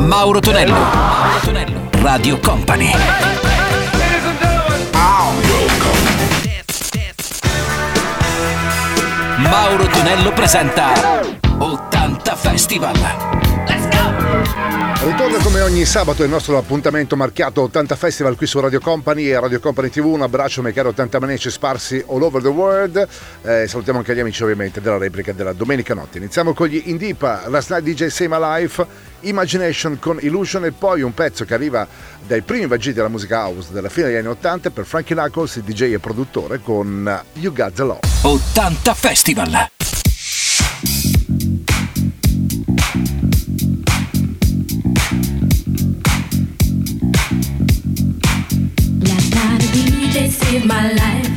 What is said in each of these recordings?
Mauro Tonello. Mauro Tonello. Radio Company. Mauro Tonello presenta 80 Festival. Let's go! Ritorna come ogni sabato il nostro appuntamento marchiato 80 Festival qui su Radio Company e Radio Company TV. Un abbraccio ai miei cari 80 maniaci sparsi all over the world. Salutiamo anche gli amici ovviamente della replica della domenica notte. Iniziamo con gli Indipa, Last Night DJ Save My Life, Imagination con Illusion e poi un pezzo che arriva dai primi vagiti della musica house della fine degli anni 80 per Frankie Knuckles, il DJ e produttore, con You Got The Love. 80 Festival. Saved my life.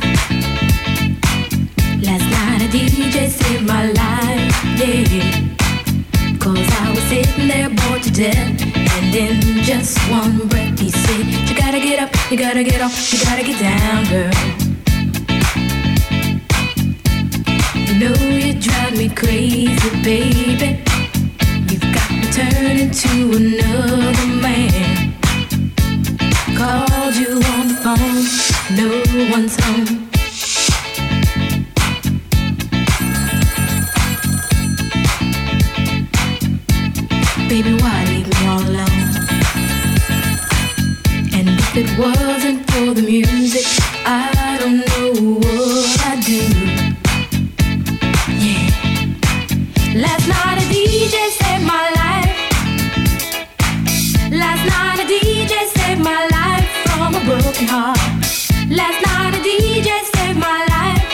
Last night a DJ saved my life, yeah. 'Cause I was sitting there bored to death, and in just one breath he said, you gotta get up, you gotta get off, you gotta get down, girl. You know you drive me crazy, baby. You've got me turning to another man. Called you on the phone, no one's home. Baby, why leave me all alone? And if it wasn't for the music, I don't know what I'd do. Yeah. Last night a DJ saved my life. Last night a DJ saved my life from a broken heart. Last night a DJ saved my life.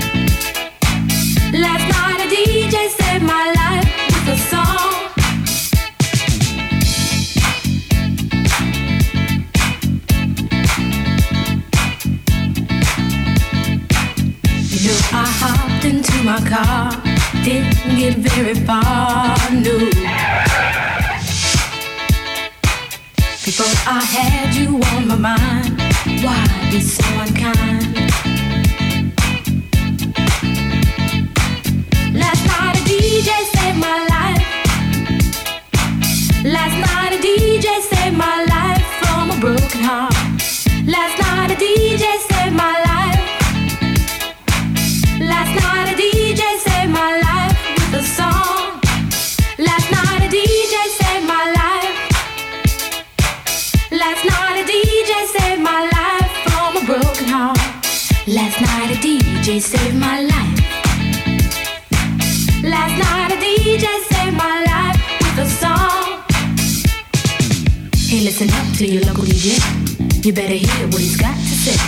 Last night a DJ saved my life with a song. You know I hopped into my car, didn't get very far, no. Before I had you on my mind, why be so unkind? Last night a DJ saved my life. Last night a DJ saved my life from a broken heart. Last night a DJ saved my life. Last night a DJ saved my life with a song. Last night a DJ saved my life. Last night a DJ saved my life from a broken heart. Last night a DJ saved my life. Last night a DJ saved my life with a song. Hey, listen up to your local DJ. You better hear what he's got to say.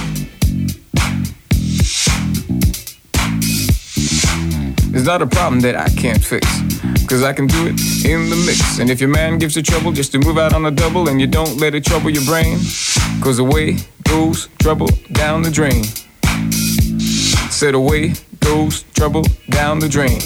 It's not a problem that I can't fix, 'cause I can do it in the mix. And if your man gives you trouble, just to move out on a double, and you don't let it trouble your brain, 'cause away goes trouble down the drain. Said away goes trouble down the drain.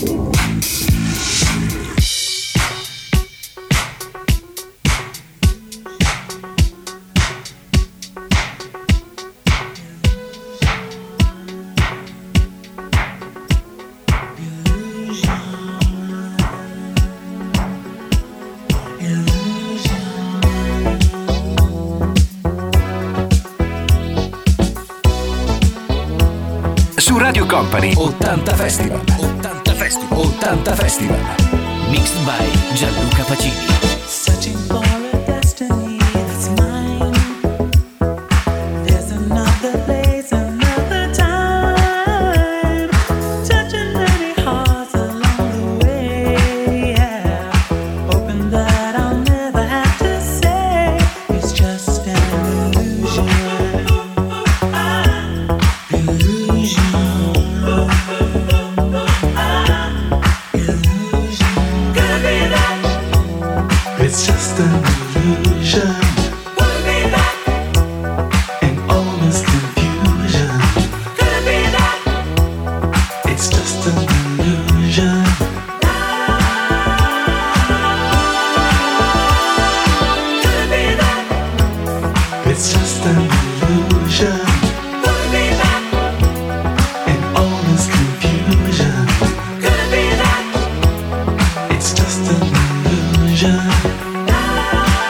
Radio Company 80 Festival. 80 Festival. 80 Festival. Mixed by Gianluca Pacini. Searching for a destiny that's mine. There's another place, another time. Touching many hearts along the way. Yeah. Hoping that I'll never have to say it's just an illusion. It's just an illusion. Could be that. In all this confusion. Could be that. It's just an illusion. Could be that. It's just an illusion. Could be that. In all this confusion. Could be that. It's just an illusion.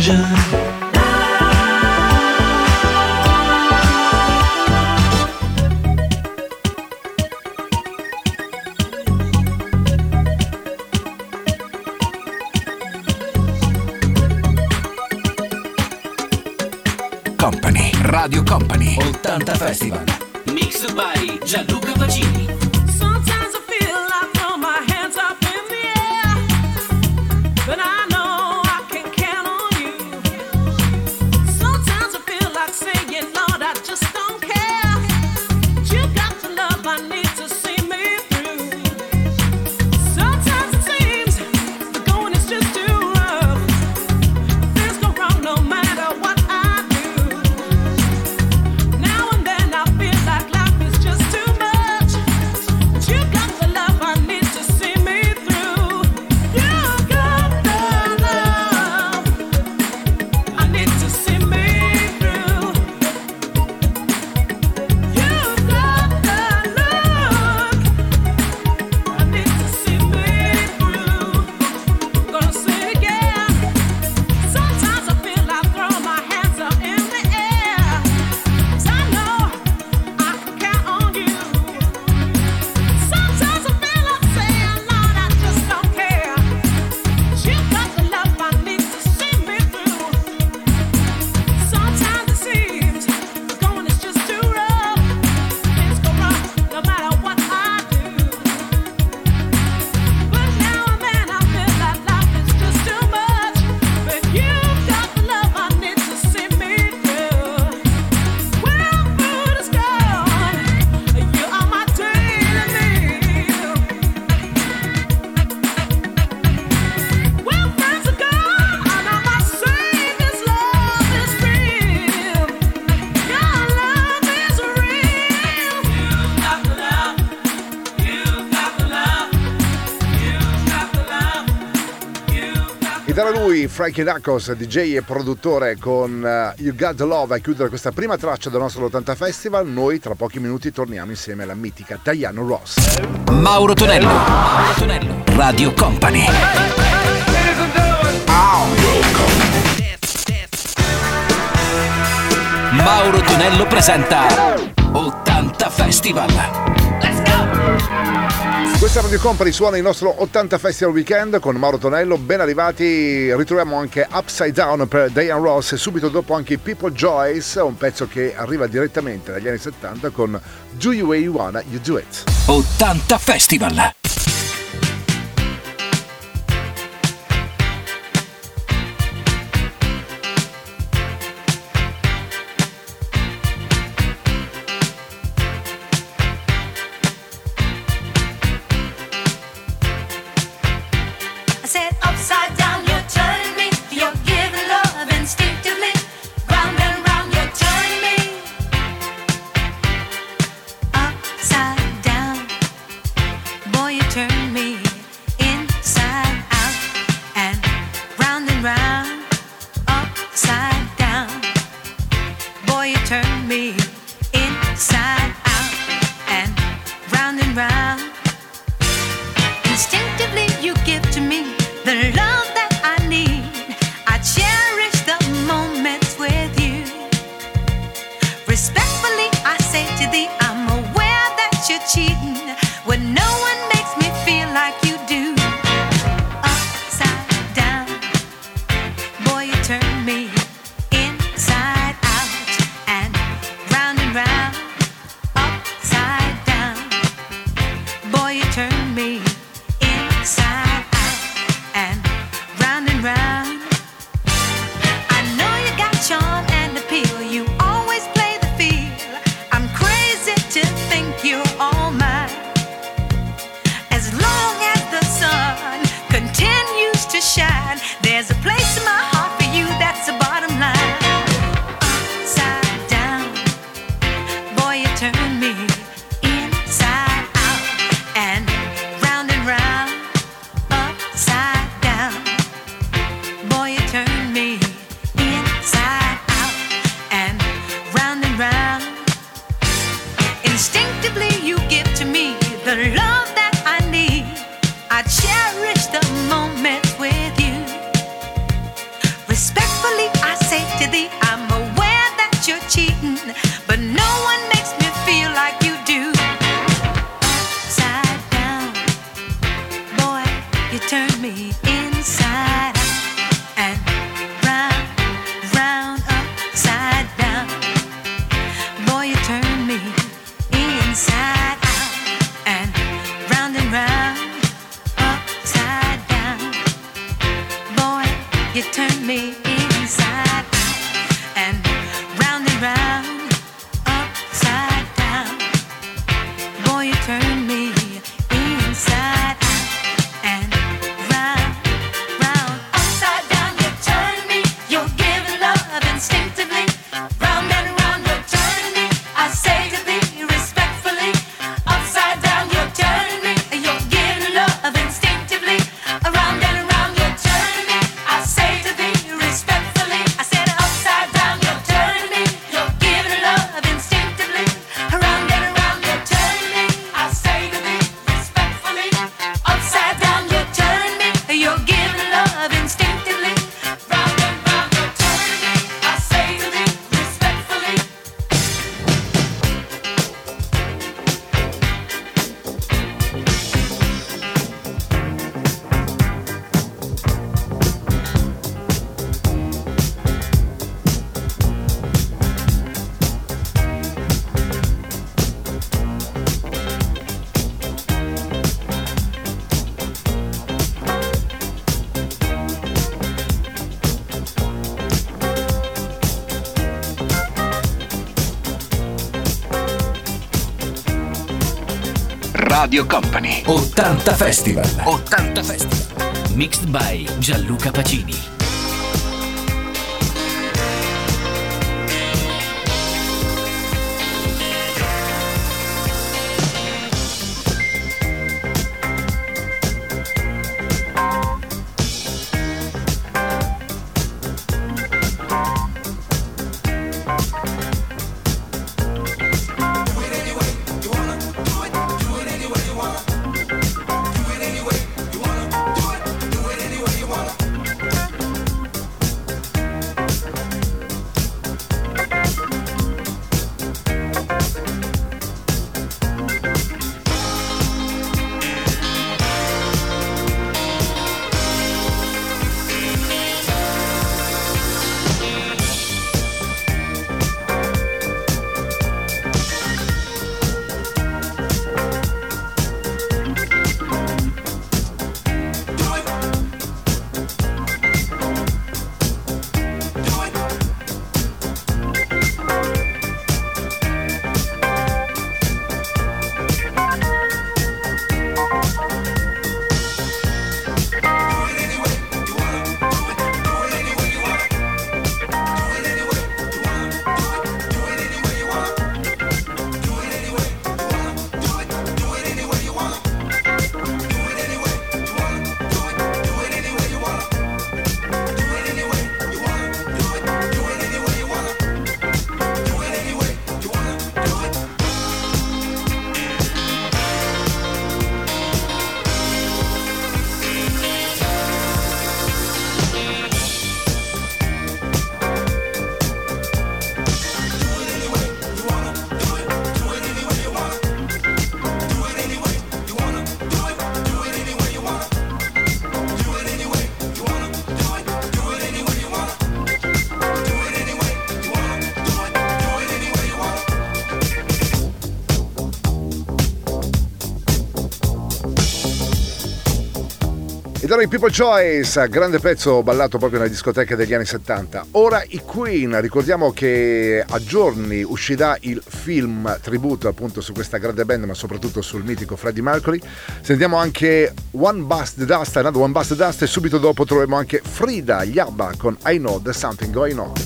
Company, Radio Company, 80 Festival. Mixed by Gianluca Pacini. Sometimes I feel like throw my hands up in the air, but I know I can count on you. Sometimes I feel like saying, Lord, I just don't care. But you got the love I need to see me through. Sometimes it seems the going is just too rough. Things go wrong no matter what I do. Now and then I feel like life is just too much. But you got the love I need to see me through. You got the love I need to see me through. You got the look I need to see me through. Gonna say it again. Sometimes I feel like throwing my hands up in the air, 'cause I know I can count on you. Sometimes I feel like saying, Lord, I just don't care. But you got the love I need to see me through. Sometimes it seems the going is just too rough. Things go wrong no matter what I do. But now and then I feel like life is just too much. But you got the love I need to see me through. Well, food is gone, you are my daily meal. Well, friends are gone, I know my Savior's love is real. Your love is real. You got the love. You got the love. You got the love. You got Ed era lui, Frankie Knuckles, DJ e produttore, con You Got The Love a chiudere questa prima traccia del nostro 80 Festival. Noi tra pochi minuti torniamo insieme alla mitica Diana Ross. Mauro Tonello, Radio Company. Mauro Tonello presenta 80 Festival. Questa Radio Company suona il nostro 80 Festival Weekend con Mauro Tonello. Ben arrivati, ritroviamo anche Upside Down per Diana Ross e subito dopo anche People Joyce, un pezzo che arriva direttamente dagli anni 70 con Do You Way You Wanna You Do It. 80 Festival. I said upside down, you're turning me. You're giving love instinctively. Round and round, you're turning me. Upside down, boy, you turn me inside out and round, upside down. Boy, you turn me inside out and round. Instinctively you give to me the love that I need. I cherish the moments with you. Respectfully I say to thee, I'm aware that you're cheating when no one makes me feel like you do. Upside down, boy, you turn me inside out and round, upside down. Boy, you turn me inside out and round. I know you got charm and appeal. You always play the field. I'm crazy to think you're all mine. As long as the sun continues to shine, there's a place in my heart for you. That's the bottom respectfully I say to thee, I'm aware that you're cheating, but no one makes me feel like you do. Upside down, boy, you turn me inside out and round, round, upside down. Boy, you turn me inside out and round, upside down. Boy, you turn me inside out and round, upside down. Boy, you turn me inside out and round, upside down. You turn me, you're giving love instinctively. Round and round, you're turning me. I say to thee respectfully, upside down, you're turning me. You're giving love instinctively. Around and around, you're turning me. I say to thee respectfully. I said upside down, you're turning me. You're giving love instinctively. Around and around, you're turning me. I say to thee respectfully. Upside down, you're turning me. You're giving love instinctively. Round and round, you're turning me. I say to thee respectfully. Radio Company 80 Festival. 80 Festival. Mixed by Gianluca Pacini. Ed ora i People Choice, grande pezzo ballato proprio nelle discoteche degli anni 70. Ora i Queen, ricordiamo che a giorni uscirà il film tributo appunto su questa grande band, ma soprattutto sul mitico Freddie Mercury. Sentiamo anche One Bust the Dust, Another One Bust the Dust, e subito dopo troviamo anche Frida Yabba con I Know There's Something Going On.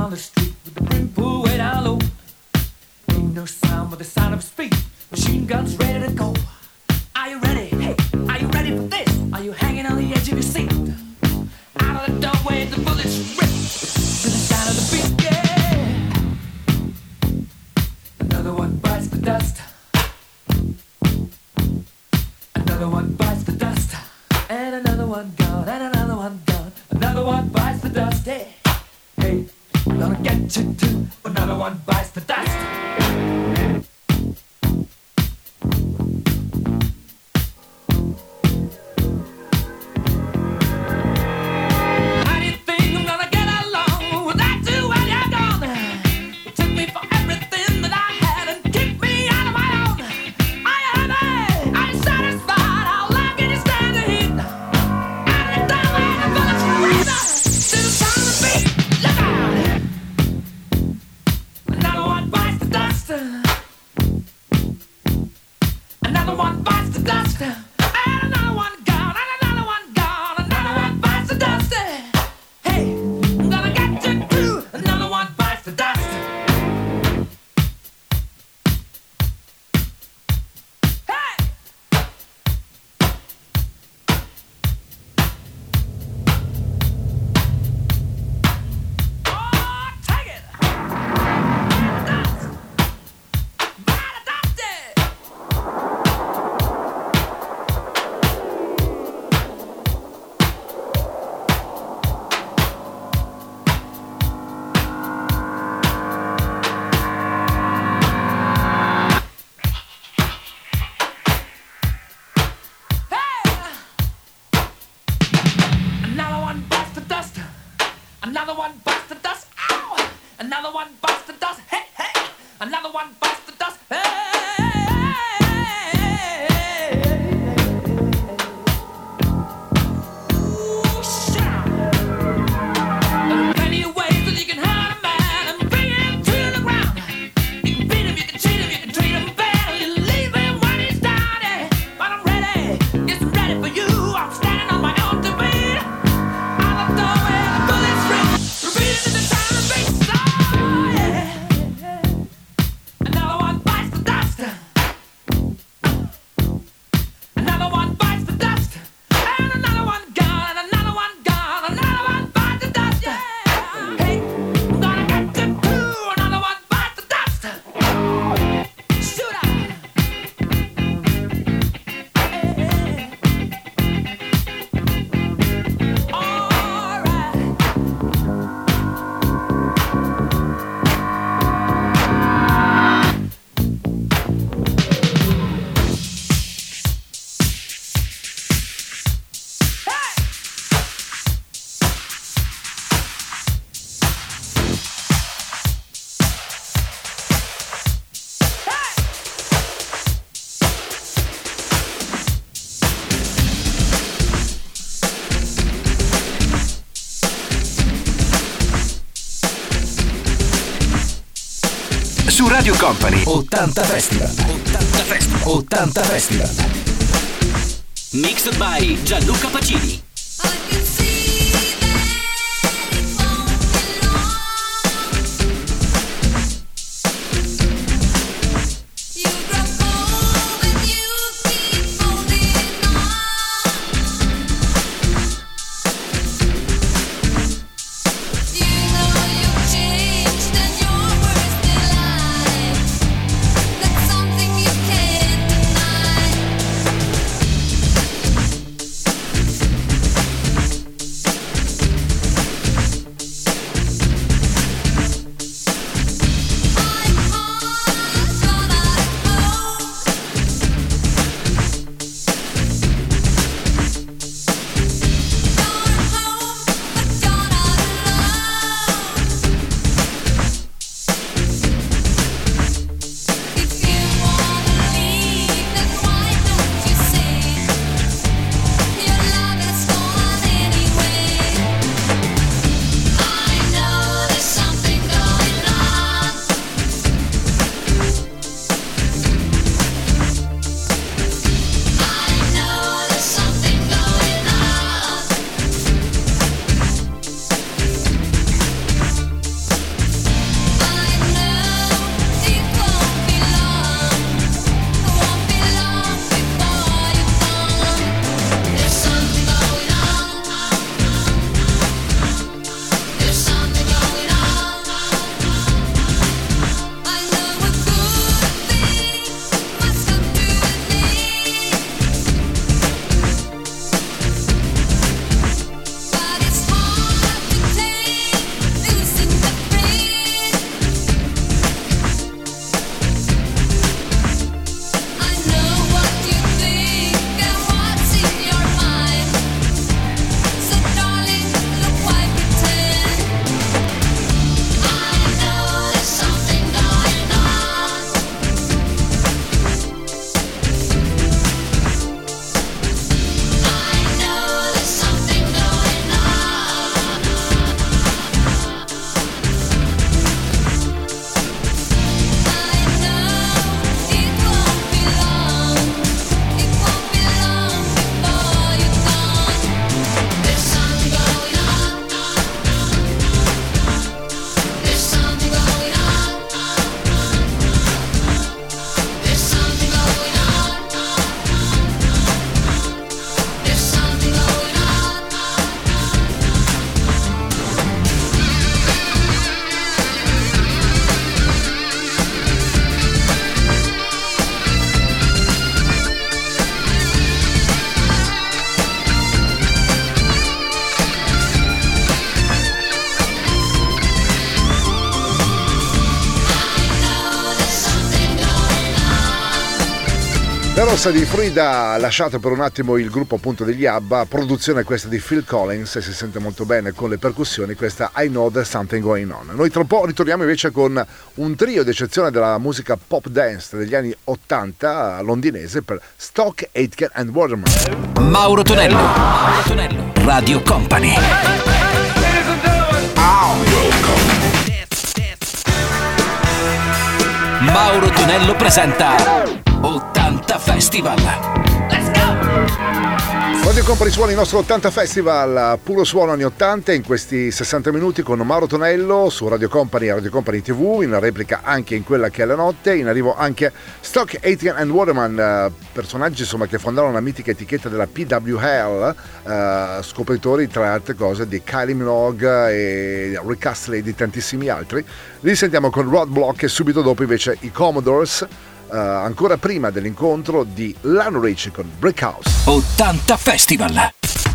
Guns ready to go? Are you ready? Hey, are you ready for this? Are you hanging on the edge of your seat? Out of the doorway, the bullets rip to the sound of the beat. Yeah. Another one bites the dust. Another one bites the dust. And another one gone. And another one gone. Another one bites the dust. Hey, hey, I'm gonna get you too. Another one bites the dust. Su Radio Company 80 Festival. 80 Festival. 80 Festival. Mixed by Gianluca Pacini. Something you can't deny. La rossa di Frida ha lasciato per un attimo il gruppo appunto degli ABBA, produzione questa di Phil Collins e si sente molto bene con le percussioni, questa I Know There's Something Going On. Noi tra un po' ritorniamo invece con un trio d'eccezione della musica pop dance degli anni 80 londinese per Stock Aitken and Waterman. Mauro Tonello, Radio Company. Mauro Tonello presenta 80 Festival. Let's go! Radio Company suona il nostro 80 Festival, puro suono anni 80 in questi 60 minuti con Mauro Tonello su Radio Company e Radio Company TV, in replica anche in quella che è la notte, in arrivo anche Stock Aitken and Waterman, personaggi insomma che fondarono la mitica etichetta della PWL, scopritori tra altre cose di Kylie Minogue e Rick Astley e di tantissimi altri. Li sentiamo con Rod Block e subito dopo invece i Commodores, ancora prima dell'incontro di Lionel Richie con Brick House. 80 Festival.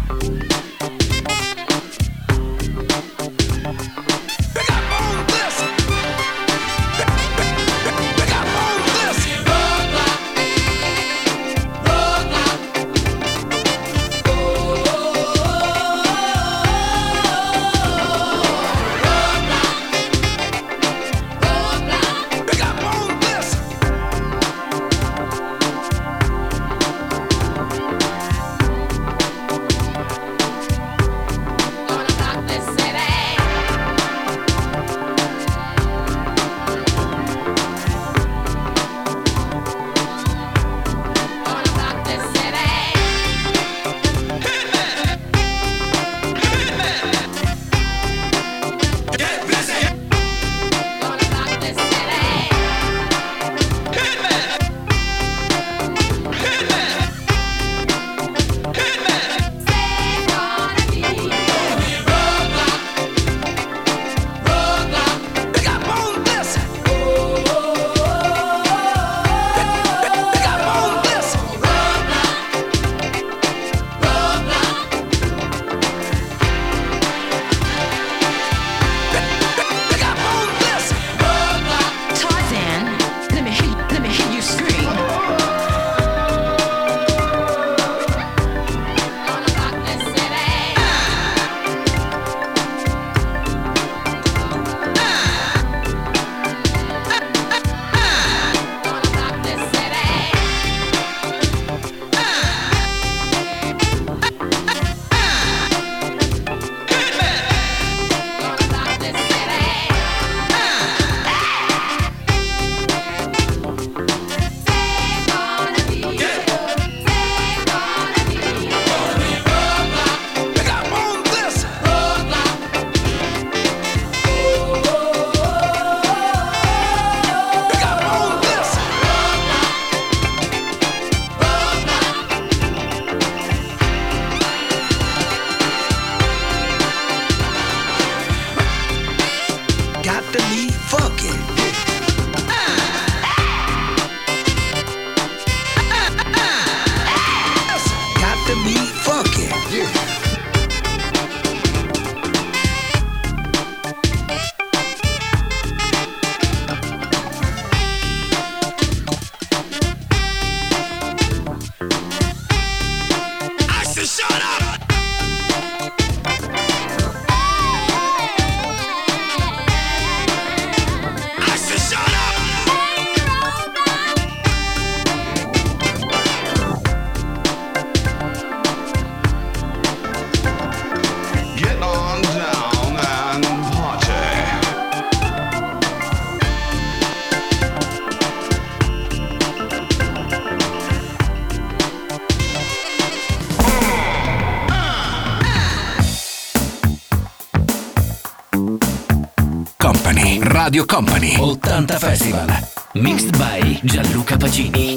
Radio Company 80 Festival. Mixed by Gianluca Pacini.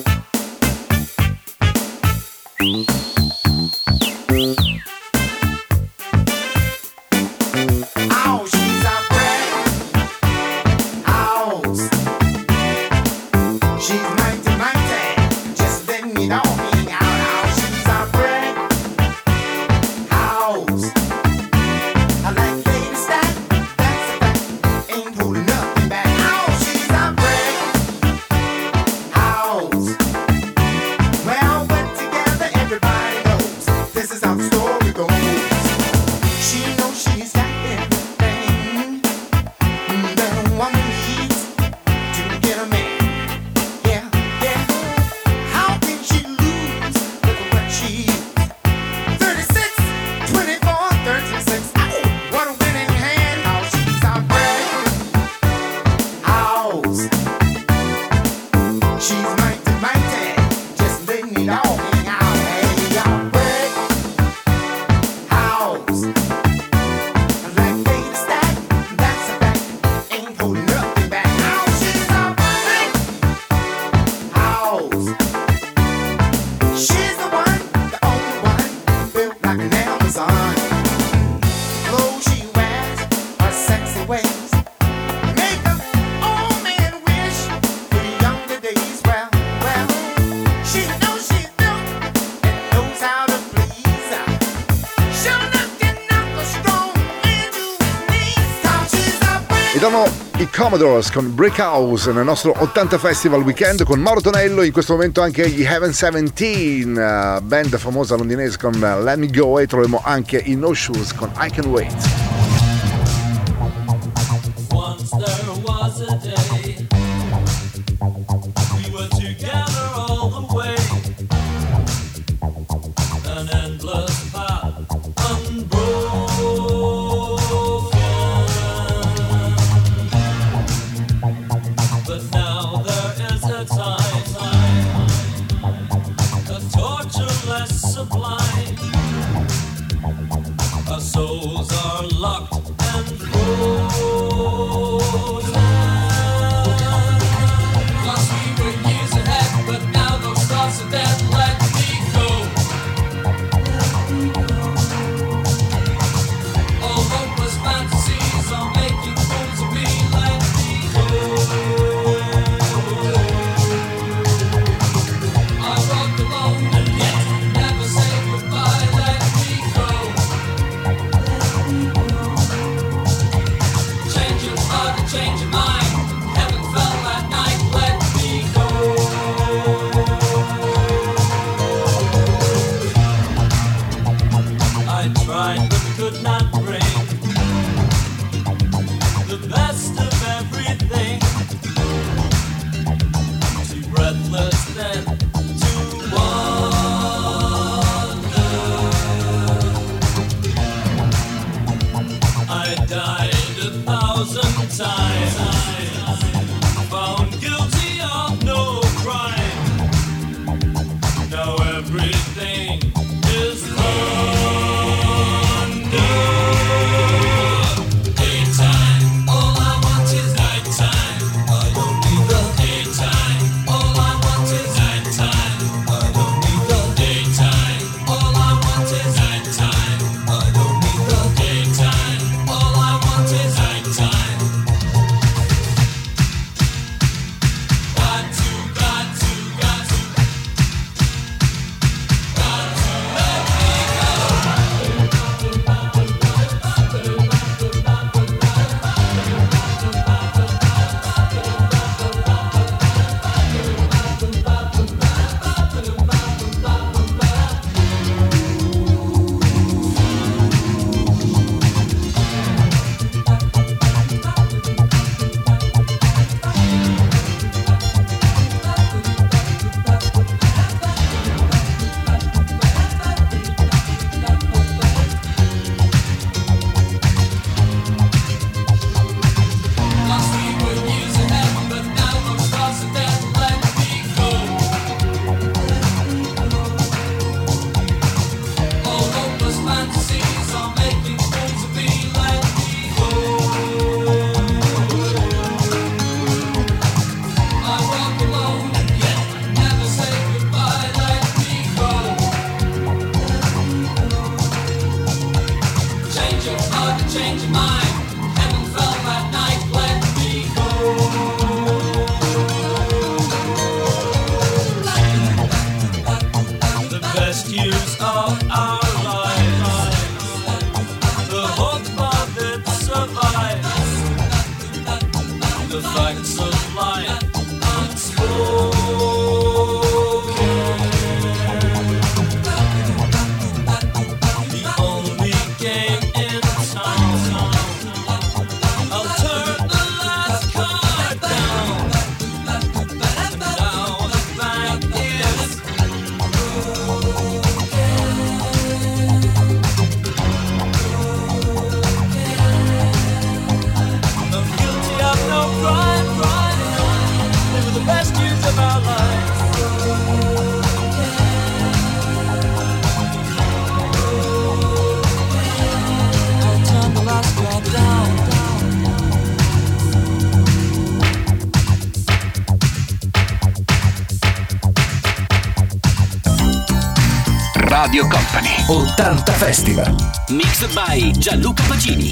I Commodores con Brick House nel nostro 80 Festival Weekend con Mauro Tonello, in questo momento anche gli Heaven 17, band famosa londinese con Let Me Go, e troviamo anche i No Shoes con I Can Wait. Once there was a day we were together all the way, an endless path unbroken, but now there is a time, a torture less sublime, our souls are locked and frozen. Lost we were years ahead, but now those thoughts are dead. Let me go. All hopeless fantasies are making fools of me. Let me go. I walk alone and yet never say goodbye. Let me go. Change your heart and change your mind. Heaven fell that night. Let me go. I tried but could not bring the best of everything. Too breathless then to wonder. I died 1,000 times, found guilty of no crime. Now everything is under. Daytime, all I want is nighttime. I don't need the daytime. All I want is nighttime. I don't need the daytime. All I want is nighttime. I don't need the daytime. All I want is nighttime. Got to let me go. Lost we were years ahead, but now those thoughts are dead. Let me go. All hopeless fantasies are making fools of me. Let me go. I walk alone and yet never say goodbye. Let me go. Change your heart and change your mind. Heaven fell that night. Let me go. The best years of our lives, the hope of it survives, the facts of life unspoken. The only game in town. I'll turn the last card down. Now the bank is broken. Radio Company 80 Festival. Mixed by Gianluca Pacini.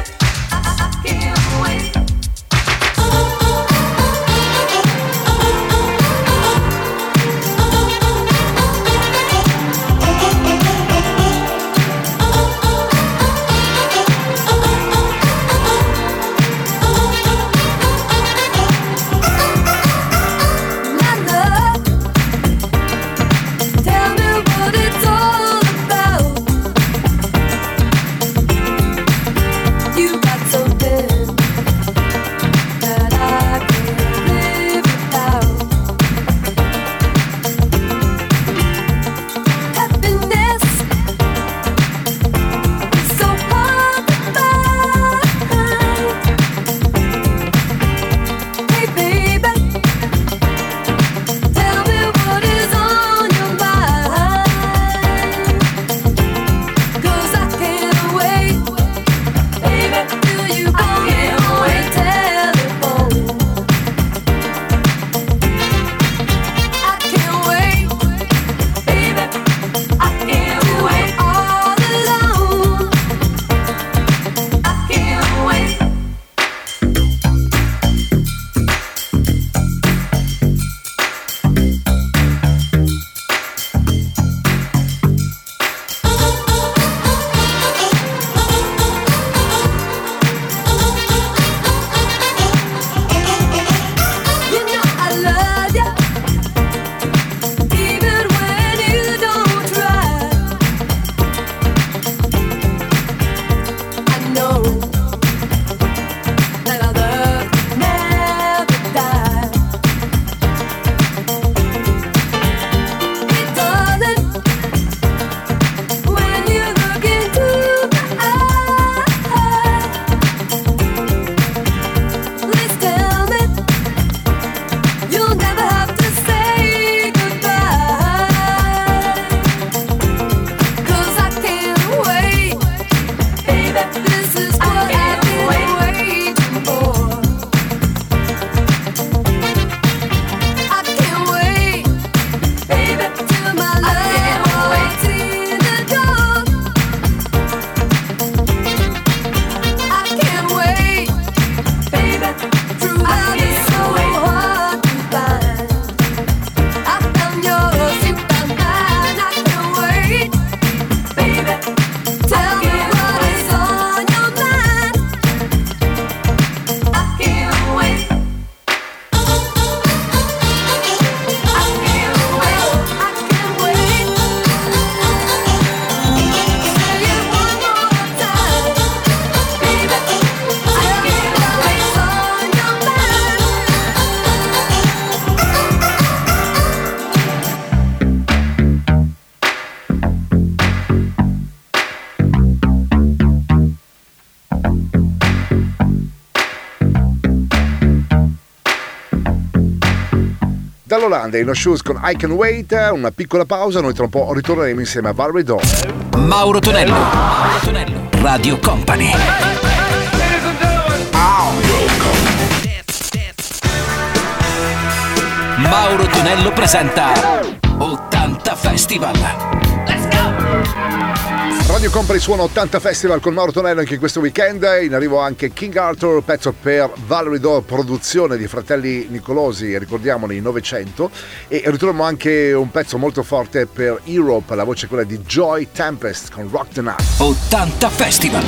You got something Dall'Olanda i No Shoes con I Can Wait, una piccola pausa, noi tra un po' ritorneremo insieme a Valerie Dawn. Mauro Tonello, Radio Company. Mauro Tonello presenta 80 Festival. Radio Company suona 80 Festival con Mauro Tonello anche questo weekend. In arrivo anche King Arthur, pezzo per Valerie Dawn, produzione di fratelli Nicolosi, ricordiamoli, 900. E ritroviamo anche un pezzo molto forte per Europe, la voce è quella di Joy Tempest con Rock the Night. 80 Festival.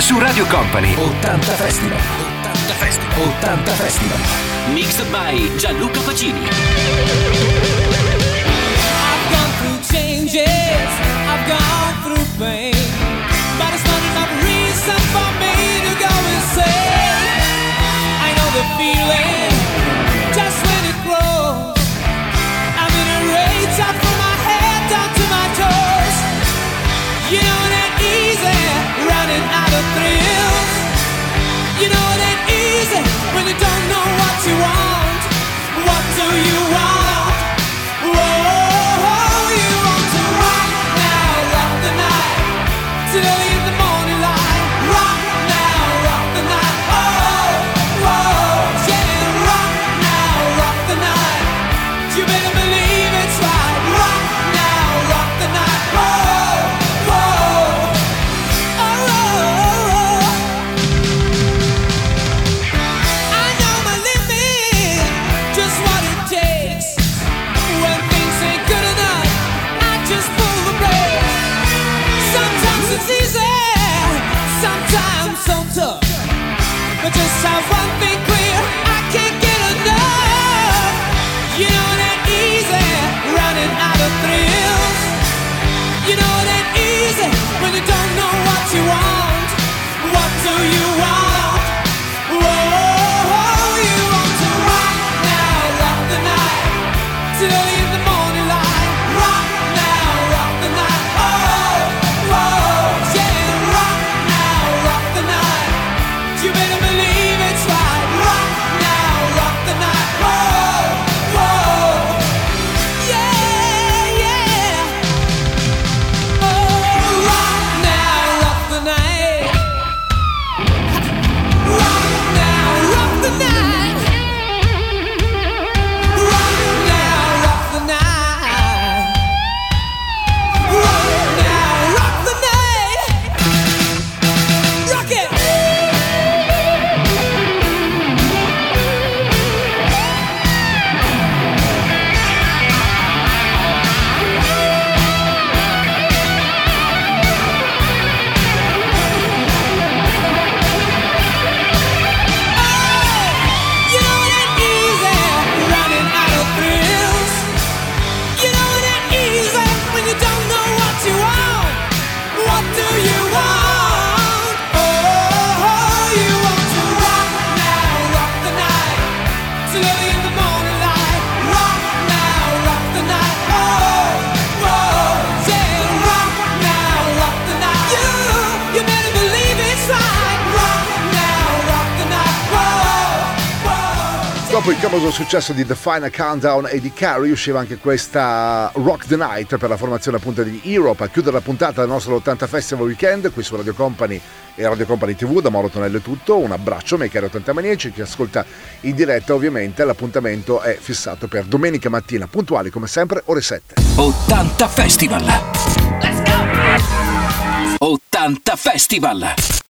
Su Radio Company 80 Festival. 80 Festival. 80 Festival. Mixed by Gianluca Pacini. I've gone through changes, I've gone through pain, but it's not enough reason for me to go insane. I know the feeling, just when it grows. I'm in a rage, I from my head down to my toes. You know it ain't easy, running out of thrills. You know it ain't easy when you don't know what you want. What do you want? Whoa, you want to rock now, rock the night, till in the morning light. Rock now, rock the night. Oh, whoa, yeah, rock now, rock the night. You better believe it's right. Rock now, rock the night. Whoa, whoa, oh. I know my limit, just what it takes. When things ain't good enough, I just pull the brake. Sometimes it's easy, sometimes so tough. But just have one thing clear, I can't get enough. You know it ain't easy, running out of thrills. You know it ain't easy when you don't know what you want. What do you want? Whoa, you want to rock now, rock the night, till in the morning light. Rock now, rock the night. Oh, whoa, yeah, rock now, rock the night. You better believe it's right. Rock now, rock the night. Whoa, whoa, yeah, yeah. Oh, rock now, rock the night. Rock now, rock the night. Rock now, rock the night. Rock now, rock the night. Rock it. You know it ain't easy, running out of thrills. You know it ain't easy when you don't know what you want. What do you want? Oh, you want to rock now, rock the night, till early in the morning light. Rock now, rock the night. Oh, whoa, yeah, rock now, rock the night. You better believe it's right. Rock now, rock the night. Whoa, whoa. Dopo il clamoroso successo di The Final Countdown e di Carrie usciva anche questa Rock the Night per la formazione appunto di Europe a chiudere la puntata del nostro 80 Festival Weekend qui su Radio Company e Radio Company TV. Da Mauro Tonello è tutto, un abbraccio miei cari 80 maniaci, chi ascolta in diretta ovviamente. L'appuntamento è fissato per domenica mattina puntuali come sempre ore 7. 80 Festival. Let's go! 80 Festival.